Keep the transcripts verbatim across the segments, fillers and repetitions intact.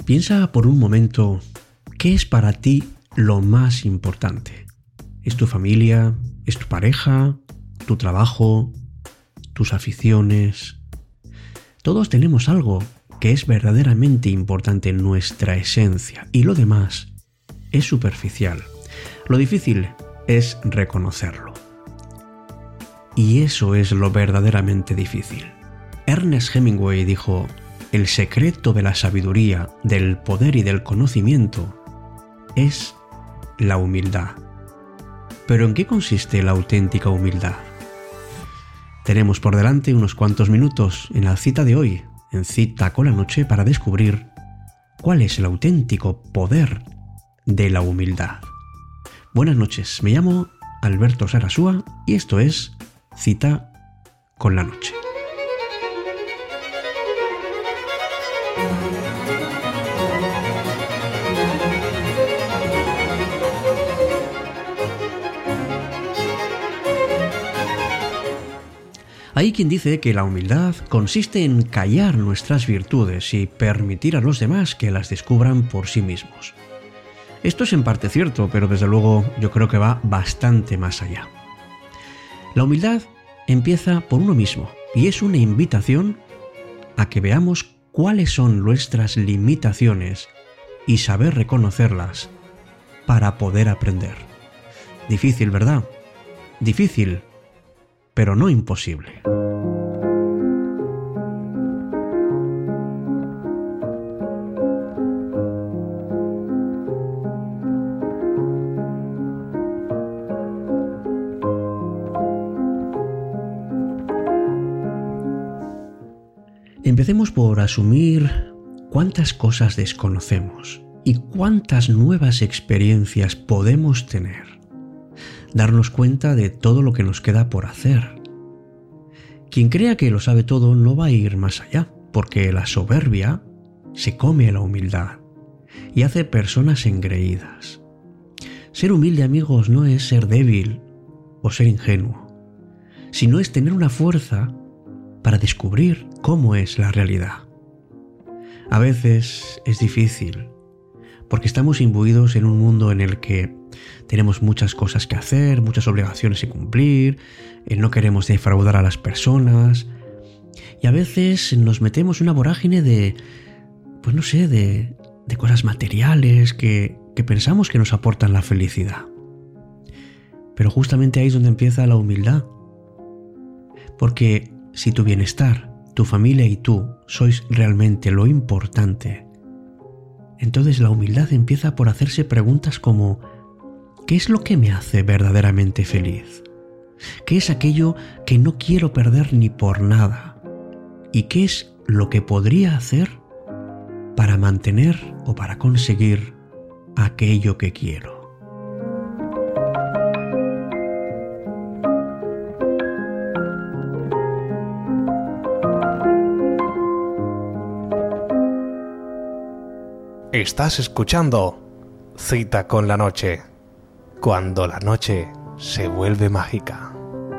Piensa por un momento, ¿qué es para ti lo más importante? ¿Es tu familia? ¿Es tu pareja? ¿Tu trabajo? ¿Tus aficiones? Todos tenemos algo que es verdaderamente importante en nuestra esencia y lo demás es superficial. Lo difícil es reconocerlo. Y eso es lo verdaderamente difícil. Ernest Hemingway dijo: el secreto de la sabiduría, del poder y del conocimiento es la humildad. ¿Pero en qué consiste la auténtica humildad? Tenemos por delante unos cuantos minutos en la cita de hoy, en Cita con la Noche, para descubrir cuál es el auténtico poder de la humildad. Buenas noches, me llamo Alberto Sarasúa y esto es Cita con la Noche. Hay quien dice que la humildad consiste en callar nuestras virtudes y permitir a los demás que las descubran por sí mismos. Esto es en parte cierto, pero desde luego yo creo que va bastante más allá. La humildad empieza por uno mismo y es una invitación a que veamos cuáles son nuestras limitaciones y saber reconocerlas para poder aprender. Difícil, ¿verdad? Difícil, pero no imposible. Empecemos por asumir cuántas cosas desconocemos y cuántas nuevas experiencias podemos tener. Darnos cuenta de todo lo que nos queda por hacer. Quien crea que lo sabe todo no va a ir más allá, porque la soberbia se come a la humildad y hace personas engreídas. Ser humilde, amigos, no es ser débil o ser ingenuo, sino es tener una fuerza para descubrir cómo es la realidad. A veces es difícil, porque estamos imbuidos en un mundo en el que tenemos muchas cosas que hacer, muchas obligaciones que cumplir, no queremos defraudar a las personas, y a veces nos metemos en una vorágine de, pues no sé, de, de cosas materiales que, que pensamos que nos aportan la felicidad. Pero justamente ahí es donde empieza la humildad, porque si tu bienestar, tu familia y tú sois realmente lo importante, entonces la humildad empieza por hacerse preguntas como: ¿qué es lo que me hace verdaderamente feliz? ¿Qué es aquello que no quiero perder ni por nada? ¿Y qué es lo que podría hacer para mantener o para conseguir aquello que quiero? Estás escuchando Cita con la Noche, cuando la noche se vuelve mágica.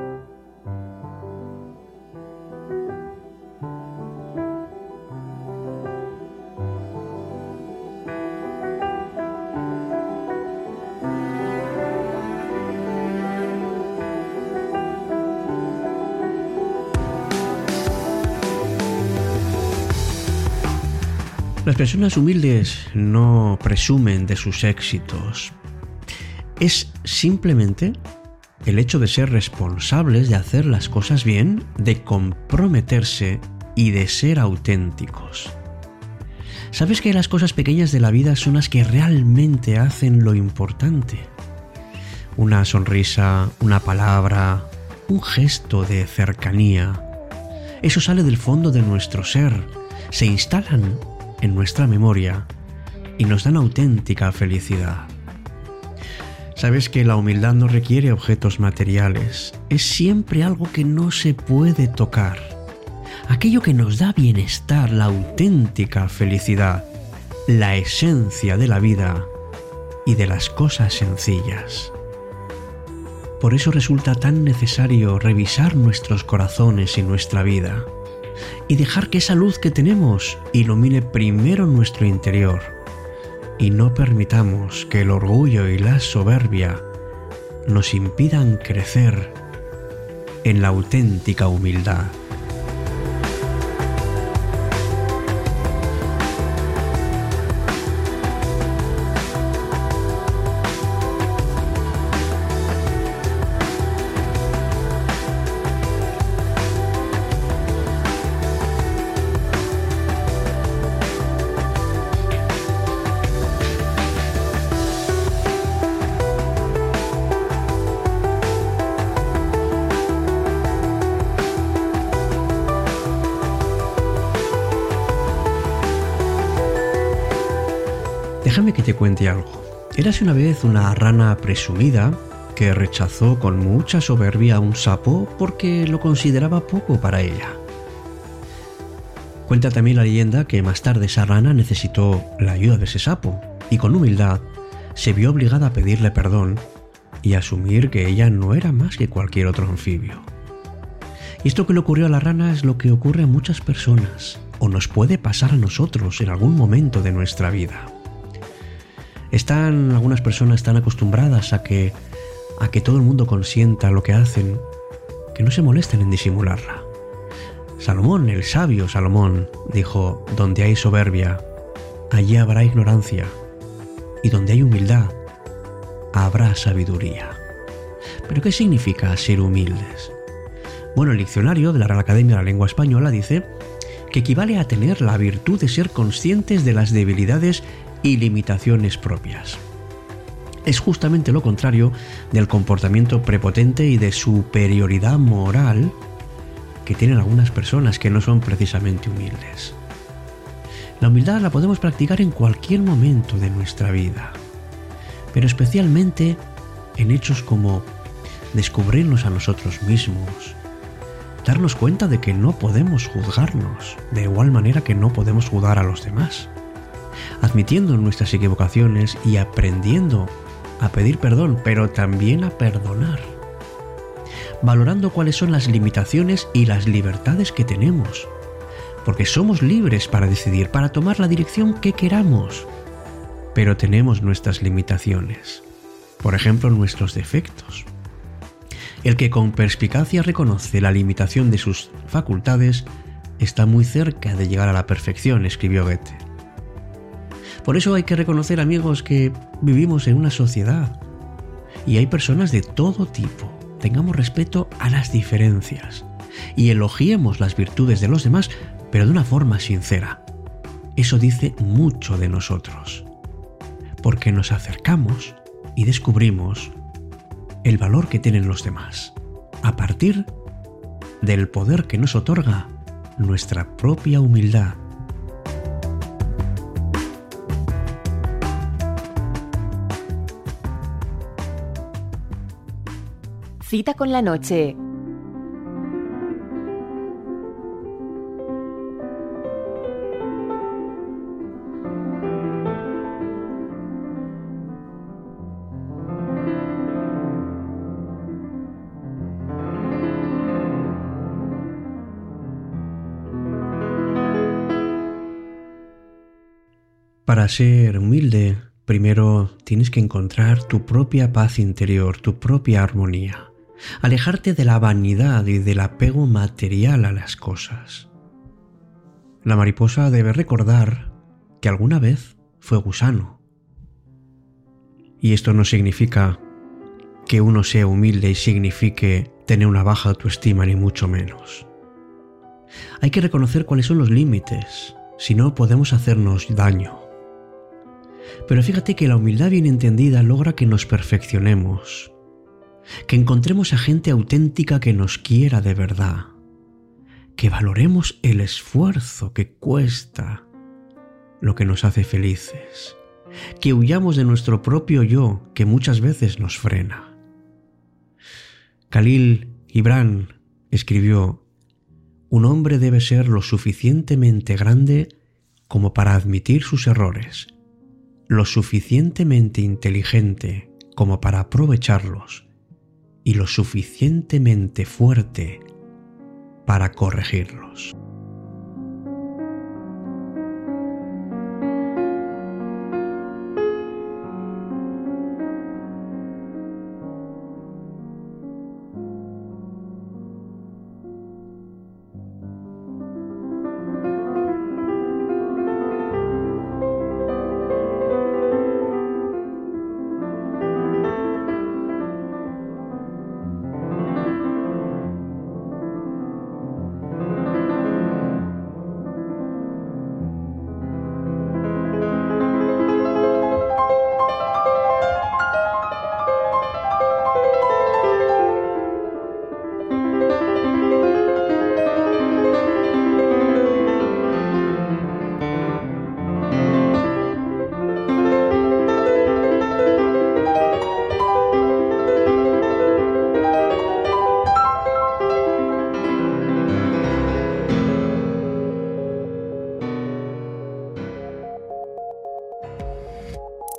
Las personas humildes no presumen de sus éxitos. Es simplemente el hecho de ser responsables de hacer las cosas bien, de comprometerse y de ser auténticos. ¿Sabes que las cosas pequeñas de la vida son las que realmente hacen lo importante? Una sonrisa, una palabra, un gesto de cercanía. Eso sale del fondo de nuestro ser, se instalan en nuestra memoria y nos dan auténtica felicidad. Sabes que la humildad no requiere objetos materiales, es siempre algo que no se puede tocar, aquello que nos da bienestar, la auténtica felicidad, la esencia de la vida y de las cosas sencillas. Por eso resulta tan necesario revisar nuestros corazones y nuestra vida, y dejar que esa luz que tenemos ilumine primero nuestro interior, y no permitamos que el orgullo y la soberbia nos impidan crecer en la auténtica humildad. Déjame que te cuente algo. Érase una vez una rana presumida que rechazó con mucha soberbia a un sapo porque lo consideraba poco para ella. Cuenta también la leyenda que más tarde esa rana necesitó la ayuda de ese sapo y con humildad se vio obligada a pedirle perdón y a asumir que ella no era más que cualquier otro anfibio. Y esto que le ocurrió a la rana es lo que ocurre a muchas personas o nos puede pasar a nosotros en algún momento de nuestra vida. Están algunas personas tan acostumbradas a que, a que todo el mundo consienta lo que hacen, que no se molesten en disimularla. Salomón, el sabio Salomón, dijo: donde hay soberbia, allí habrá ignorancia, y donde hay humildad, habrá sabiduría. ¿Pero qué significa ser humildes? Bueno, el diccionario de la Real Academia de la Lengua Española dice que equivale a tener la virtud de ser conscientes de las debilidades y limitaciones propias. Es justamente lo contrario del comportamiento prepotente y de superioridad moral que tienen algunas personas que no son precisamente humildes. La humildad la podemos practicar en cualquier momento de nuestra vida, pero especialmente en hechos como descubrirnos a nosotros mismos, darnos cuenta de que no podemos juzgarnos, de igual manera que no podemos juzgar a los demás, admitiendo nuestras equivocaciones y aprendiendo a pedir perdón, pero también a perdonar, valorando cuáles son las limitaciones y las libertades que tenemos, porque somos libres para decidir, para tomar la dirección que queramos, pero tenemos nuestras limitaciones, por ejemplo, nuestros defectos. El que con perspicacia reconoce la limitación de sus facultades está muy cerca de llegar a la perfección, escribió Goethe. Por eso hay que reconocer, amigos, que vivimos en una sociedad y hay personas de todo tipo. Tengamos respeto a las diferencias y elogiemos las virtudes de los demás, pero de una forma sincera. Eso dice mucho de nosotros, porque nos acercamos y descubrimos el valor que tienen los demás, a partir del poder que nos otorga nuestra propia humildad. Cita con la noche. Para ser humilde, primero tienes que encontrar tu propia paz interior, tu propia armonía. Alejarte de la vanidad y del apego material a las cosas. La mariposa debe recordar que alguna vez fue gusano. Y esto no significa que uno sea humilde y signifique tener una baja autoestima, ni mucho menos. Hay que reconocer cuáles son los límites, si no podemos hacernos daño. Pero fíjate que la humildad bien entendida logra que nos perfeccionemos, que encontremos a gente auténtica que nos quiera de verdad, que valoremos el esfuerzo que cuesta lo que nos hace felices, que huyamos de nuestro propio yo que muchas veces nos frena. Khalil Gibran escribió: un hombre debe ser lo suficientemente grande como para admitir sus errores, lo suficientemente inteligente como para aprovecharlos y lo suficientemente fuerte para corregirlos.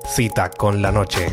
Cita con la noche.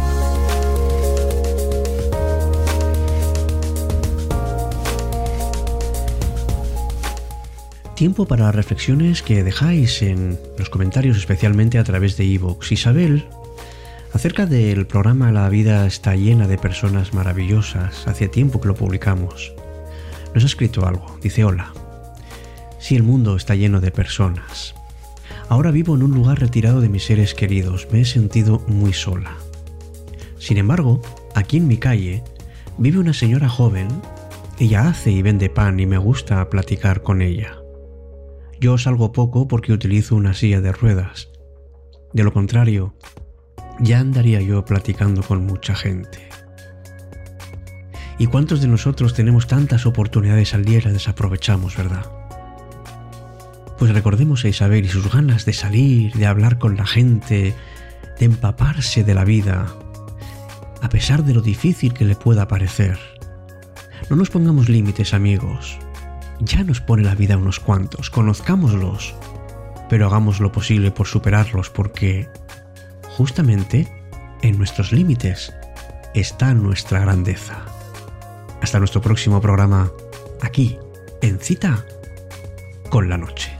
Tiempo para reflexiones que dejáis en los comentarios, especialmente a través de iVoox. Isabel, acerca del programa La vida está llena de personas maravillosas, hacía tiempo que lo publicamos, nos ha escrito algo. Dice: hola, sí, el mundo está lleno de personas. Ahora vivo en un lugar retirado de mis seres queridos, me he sentido muy sola. Sin embargo, aquí en mi calle vive una señora joven. Ella hace y vende pan y me gusta platicar con ella. Yo salgo poco porque utilizo una silla de ruedas. De lo contrario, ya andaría yo platicando con mucha gente. ¿Y cuántos de nosotros tenemos tantas oportunidades al día y las desaprovechamos, verdad? Pues recordemos a Isabel y sus ganas de salir, de hablar con la gente, de empaparse de la vida, a pesar de lo difícil que le pueda parecer. No nos pongamos límites, amigos. Ya nos pone la vida unos cuantos, conozcámoslos, pero hagamos lo posible por superarlos, porque justamente en nuestros límites está nuestra grandeza. Hasta nuestro próximo programa, aquí, en Cita con la Noche.